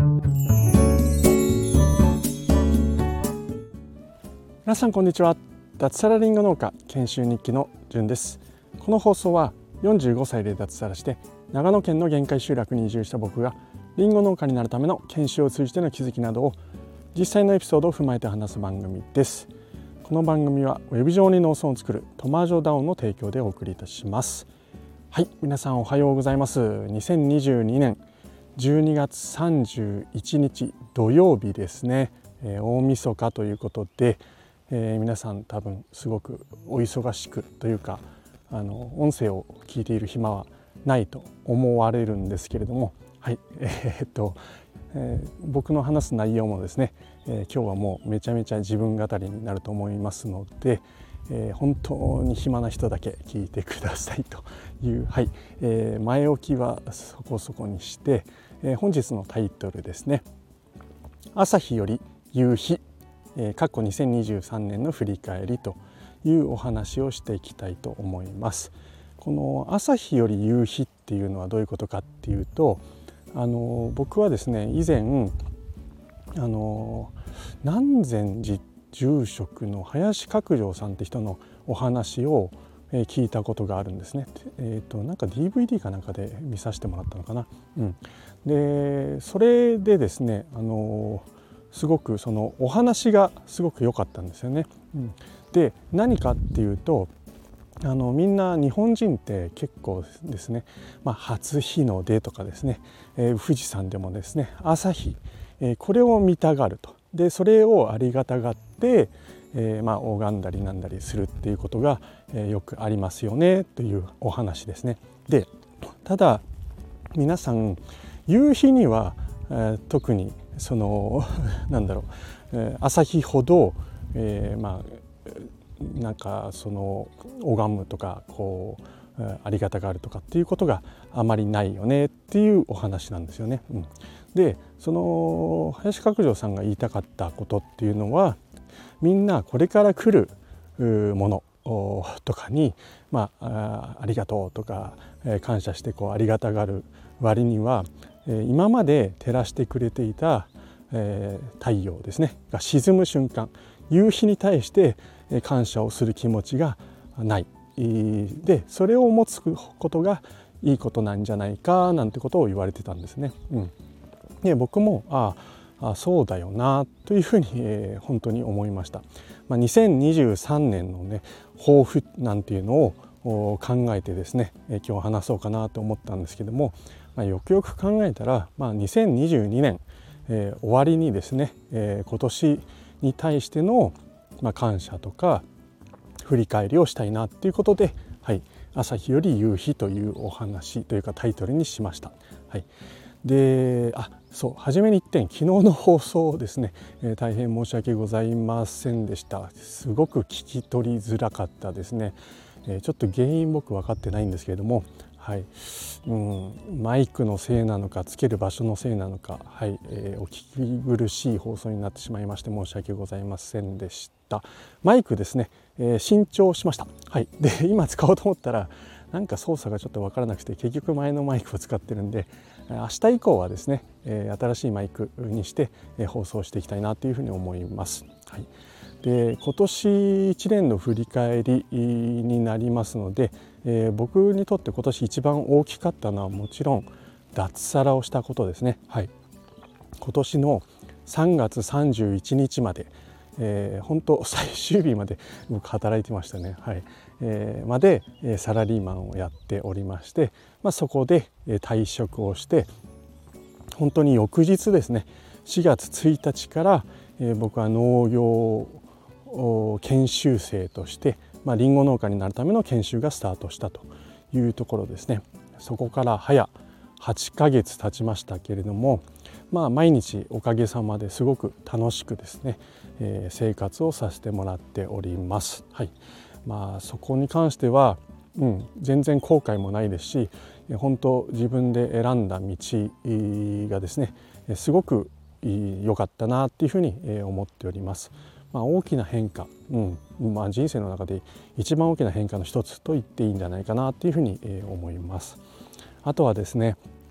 皆さんこんにちは。脱サラリンゴ農家研修日記のじゅんです。この放送は45歳で脱サラして長野県の限界集落に移住した僕がリンゴ農家になるための研修を通じての気づきなどを実際のエピソードを踏まえて話す番組です。この番組はウェブ上に農村を作るトマジョダオの提供でお送りいたします。はい、皆さんおはようございます。2022年12月31日土曜日ですね。大晦日ということで、皆さん多分すごくお忙しくというか音声を聞いている暇はないと思われるんですけれども、はい、僕の話す内容もですね、今日はもうめちゃめちゃ自分語りになると思いますので、本当に暇な人だけ聞いてくださいという、はい、前置きはそこそこにして、本日のタイトルですね、朝日より夕日過去2023年の振り返りというお話をしていきたいと思います。この朝日より夕日っていうのはどういうことかっていうと、僕はですね以前南禅寺住職の林覚丈さんって人のお話を聞いたことがあるんですね。なんか DVD かなんかで見させてもらったのかな。でそれでですねすごくそのお話がすごく良かったんですよね。で何かっていうとみんな日本人って結構ですね、初日の出とかですね、富士山でもですね朝日、これを見たがると。でそれをありがたがって、拝んだりなんだりするっていうことが、よくありますよねというお話ですね。でただ皆さん夕日には、特にその朝日ほど、なんかその拝むとかこうありがたがあるとかっていうことがあまりないよねっていうお話なんですよね。でその林覚丈さんが言いたかったことっていうのは、みんなこれから来るものとかに、ありがとうとか感謝してこうありがたがる割には、今まで照らしてくれていた太陽ですねが沈む瞬間、夕日に対して感謝をする気持ちがないで、それを持つことがいいことなんじゃないかなんてことを言われてたんですね。で僕もそうだよなというふうに、本当に思いました。2023年のね抱負なんていうのを考えてですね、今日話そうかなと思ったんですけども、よくよく考えたら、2022年、終わりにですね、今年に対しての、感謝とか振り返りをしたいなっていうことで、朝日より夕日というお話というかタイトルにしました。で初めに1点、昨日の放送ですね、大変申し訳ございませんでした。すごく聞き取りづらかったですね。ちょっと原因僕分かってないんですけれども、マイクのせいなのかつける場所のせいなのか、お聞き苦しい放送になってしまいまして申し訳ございませんでした。マイクですね、新調しました。で今使おうと思ったらなんか操作がちょっと分からなくて結局前のマイクを使ってるんで、明日以降はですね新しいマイクにして放送していきたいなというふうに思います。で今年1年の振り返りになりますので、僕にとって今年一番大きかったのはもちろん脱サラをしたことですね。今年の3月31日まで、本当最終日まで僕働いてましたね。までサラリーマンをやっておりまして、そこで退職をして本当に翌日ですね4月1日から、僕は農業研修生として、リンゴ農家になるための研修がスタートしたというところですね。そこから早8ヶ月経ちましたけれども、毎日おかげさまですごく楽しくですね、生活をさせてもらっております。そこに関しては、全然後悔もないですし、本当自分で選んだ道がですねすごく良かったなっていうふうに思っております。大きな変化、人生の中で一番大きな変化の一つと言っていいんじゃないかなっていうふうに思います。あとはですね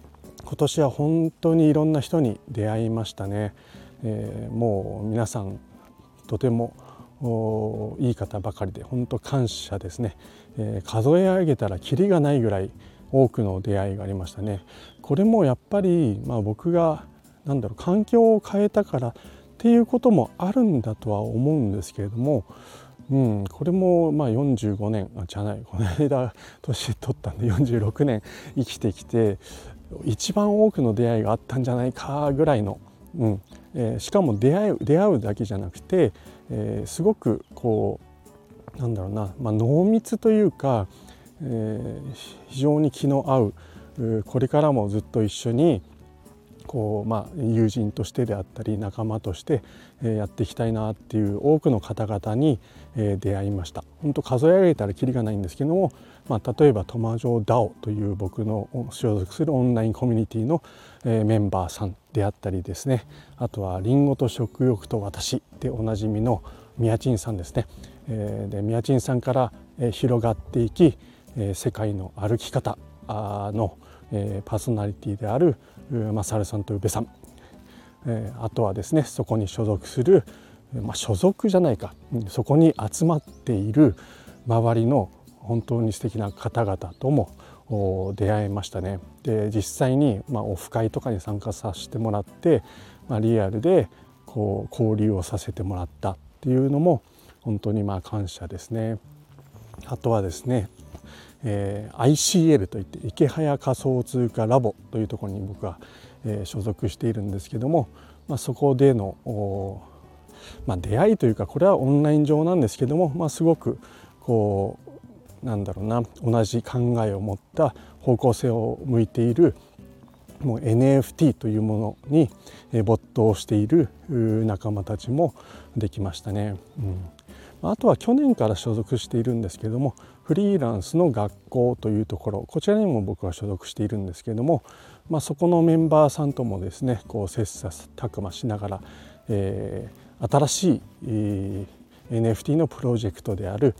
今年は本当にいろんな人に出会いましたね。もう皆さんとてもいい方ばかりで本当感謝ですね。数え上げたらキリがないぐらい多くの出会いがありましたね。これもやっぱり、僕が環境を変えたからっていうこともあるんだとは思うんですけれども、これも45年じゃない、この間年取ったんで46年生きてきて一番多くの出会いがあったんじゃないかぐらいの、しかも出会うだけじゃなくて、すごくこう濃密というか、非常に気の合う、これからもずっと一緒に友人としてであったり仲間としてやっていきたいなっていう多くの方々に出会いました。本当数え上げたらキリがないんですけども、例えばトマジョ DAO という僕の所属するオンラインコミュニティのメンバーさんであったりですね、あとはリンゴと食欲と私でおなじみのミヤチンさんですね。でミヤチンさんから広がっていき、世界の歩き方のパーソナリティであるマサルさんと宇部さん、あとはですねそこに所属する、所属じゃないか、そこに集まっている周りの本当に素敵な方々とも出会いましたね。で実際にオフ会とかに参加させてもらって、リアルで交流をさせてもらったっていうのも本当に感謝ですね。あとはですね、ICL といって池早仮想通貨ラボというところに僕は、所属しているんですけども、そこでの出会いというかこれはオンライン上なんですけども、すごく同じ考えを持った方向性を向いているもう NFT というものに没頭している仲間たちもできましたね。あとは去年から所属しているんですけれどもフリーランスの学校というところ、こちらにも僕は所属しているんですけれども、そこのメンバーさんともですね切磋琢磨しながら、新しい、NFT のプロジェクトである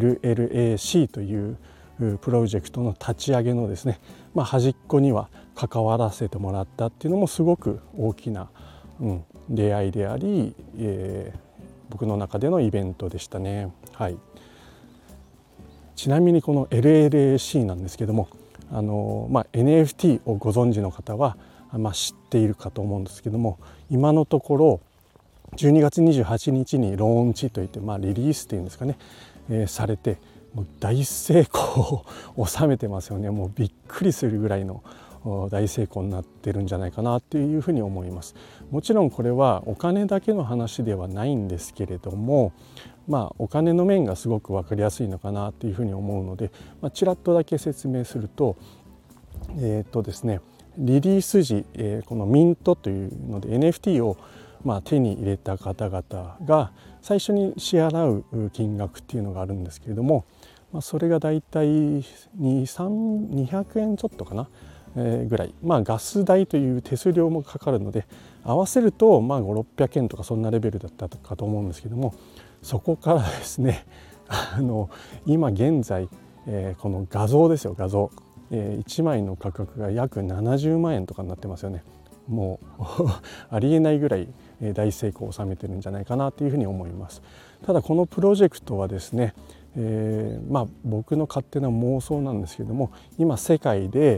LLAC というプロジェクトの立ち上げのですね、端っこには関わらせてもらったっていうのもすごく大きな、出会いであり、僕の中でのイベントでしたね。ちなみにこの LLAC なんですけども、NFT をご存知の方は、知っているかと思うんですけども、今のところ12月28日にローンチといって、リリースっていうんですかね、されてもう大成功を収めてますよね。もうびっくりするぐらいの大成功になってるんじゃないかなっていうふうに思います。もちろんこれはお金だけの話ではないんですけれども、お金の面がすごく分かりやすいのかなっていうふうに思うので、ちらっとだけ説明すると、ですね、リリース時、このミントというので NFT を手に入れた方々が最初に支払う金額っていうのがあるんですけれども、それがだいたい200円ちょっとかな、ぐらい、ガス代という手数料もかかるので合わせると500-600円とかそんなレベルだったかと思うんですけども、そこからですね今現在、この画像ですよ、画像、1枚の価格が約70万円とかになってますよね。もうありえないぐらい大成功を収めてるんじゃないかなというふうに思います。ただこのプロジェクトはですね、僕の勝手な妄想なんですけども、今世界で、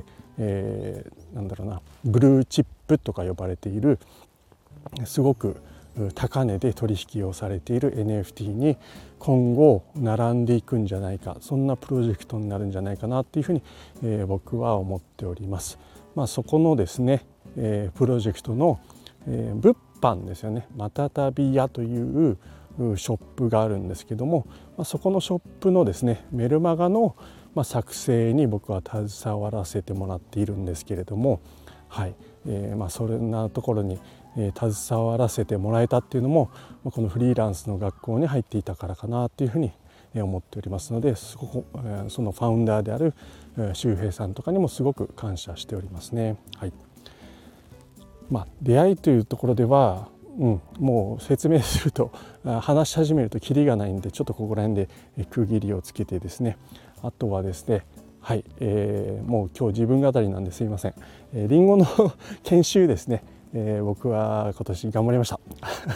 ブルーチップとか呼ばれているすごく高値で取引をされている NFT に今後並んでいくんじゃないか、そんなプロジェクトになるんじゃないかなというふうに、僕は思っております。そこのですね、プロジェクトの、物販ですよね、またたび屋というショップがあるんですけども、そこのショップのですねメルマガの作成に僕は携わらせてもらっているんですけれども、そんなところに携わらせてもらえたっていうのもこのフリーランスの学校に入っていたからかなというふうに思っておりますので、そのファウンダーである周平さんとかにもすごく感謝しておりますね。出会いというところでは、もう説明すると話し始めるとキリがないんで、ちょっとここら辺で区切りをつけてですね、あとはですね、 はい、もう今日自分語りなんですいません。リンゴの研修ですね、僕は今年頑張りました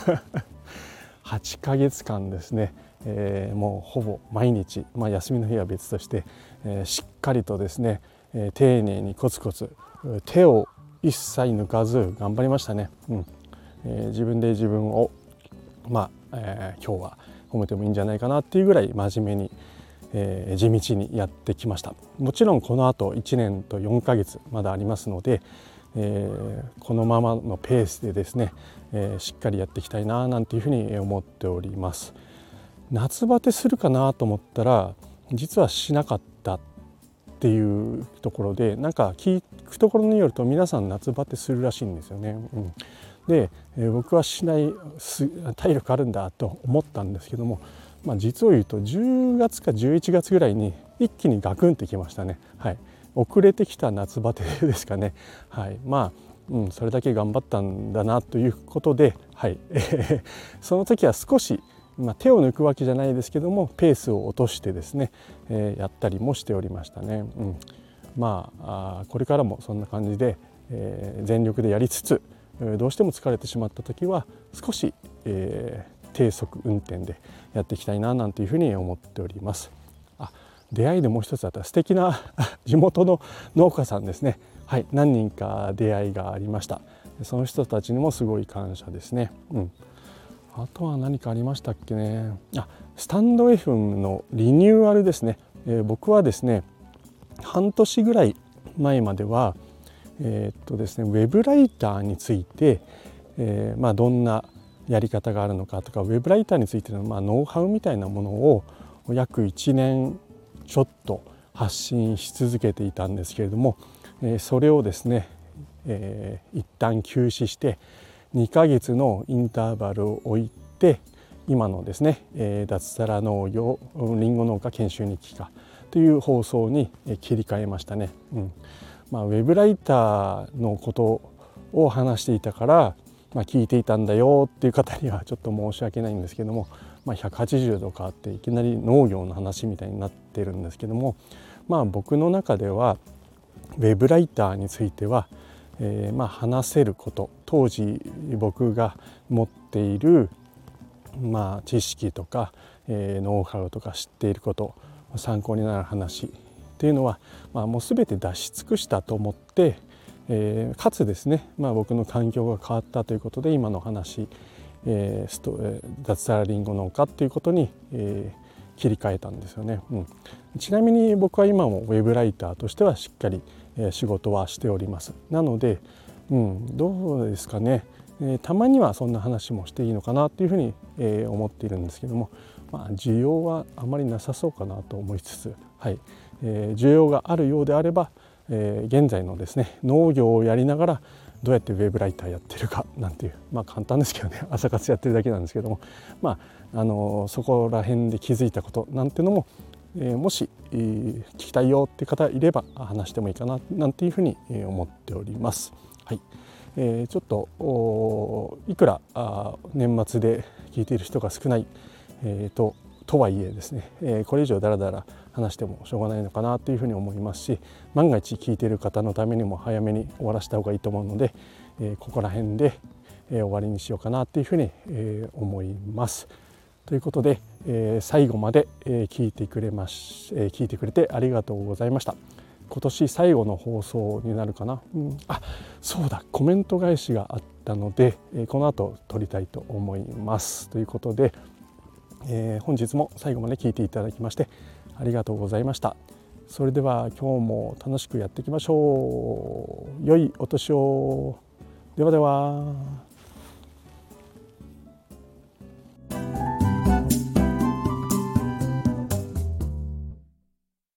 8ヶ月間ですね、もうほぼ毎日、休みの日は別として、しっかりとですね、丁寧にコツコツ手を一切抜かず頑張りましたね。自分で自分を今日は褒めてもいいんじゃないかなっていうぐらい真面目に、地道にやってきました。もちろんこの後1年と4ヶ月まだありますので、このままのペースでですね、しっかりやっていきたいななんていうふうに思っております。夏バテするかなと思ったら実はしなかったっていうところで、なんか聞くところによると皆さん夏バテするらしいんですよね。で、僕はしない体力あるんだと思ったんですけども、実を言うと10月か11月ぐらいに一気にガクンってきましたね。遅れてきた夏バテですかね。それだけ頑張ったんだなということで、その時は少し、手を抜くわけじゃないですけどもペースを落としてですね、やったりもしておりましたね。これからもそんな感じで、全力でやりつつ、どうしても疲れてしまった時は少し、低速運転でやっていきたいななんていうふうに思っております。出会いでもう一つあった素敵な地元の農家さんですね。何人か出会いがありました。その人たちにもすごい感謝ですね。あとは何かありましたっけね。スタンド FM のリニューアルですね。僕はですね半年ぐらい前まではですね、ウェブライターについて、どんなやり方があるのかとか、ウェブライターについての、ノウハウみたいなものを約1年ちょっと発信し続けていたんですけれども、それをですね、一旦休止して2ヶ月のインターバルを置いて今のですね、脱サラ農業りんご農家研修日記かという放送に切り替えましたね。ウェブライターのことを話していたから、聞いていたんだよっていう方にはちょっと申し訳ないんですけども、180度変わっていきなり農業の話みたいになってるんですけども、僕の中ではウェブライターについては、話せること、当時僕が持っている、知識とか、ノウハウとか知っていること、参考になる話っていうのは、もう全て出し尽くしたと思って、かつですね、僕の環境が変わったということで今の話、脱サラリンゴ農家っていうことに、切り替えたんですよね。ちなみに僕は今もウェブライターとしてはしっかり、仕事はしております。なので、どうですかね、たまにはそんな話もしていいのかなというふうに、思っているんですけども、需要はあまりなさそうかなと思いつつ、需要があるようであれば、現在のですね農業をやりながらどうやってウェブライターやってるかなんていう、簡単ですけどね、朝活やってるだけなんですけども、そこら辺で気づいたことなんていうのも、もし、聞きたいよっていう方いれば話してもいいかななんていうふうに思っております。ちょっといくら年末で聞いている人が少ない、とはいえですね、これ以上だらだら話してもしょうがないのかなというふうに思いますし、万が一聞いている方のためにも早めに終わらせた方がいいと思うので、ここら辺で、終わりにしようかなというふうに、思います。ということで、最後まで、聞いてくれてありがとうございました。今年最後の放送になるかな。そうだ、コメント返しがあったので、この後撮りたいと思います。ということで、本日も最後まで聞いていただきましてありがとうございました。それでは今日も楽しくやっていきましょう。良いお年を。ではでは。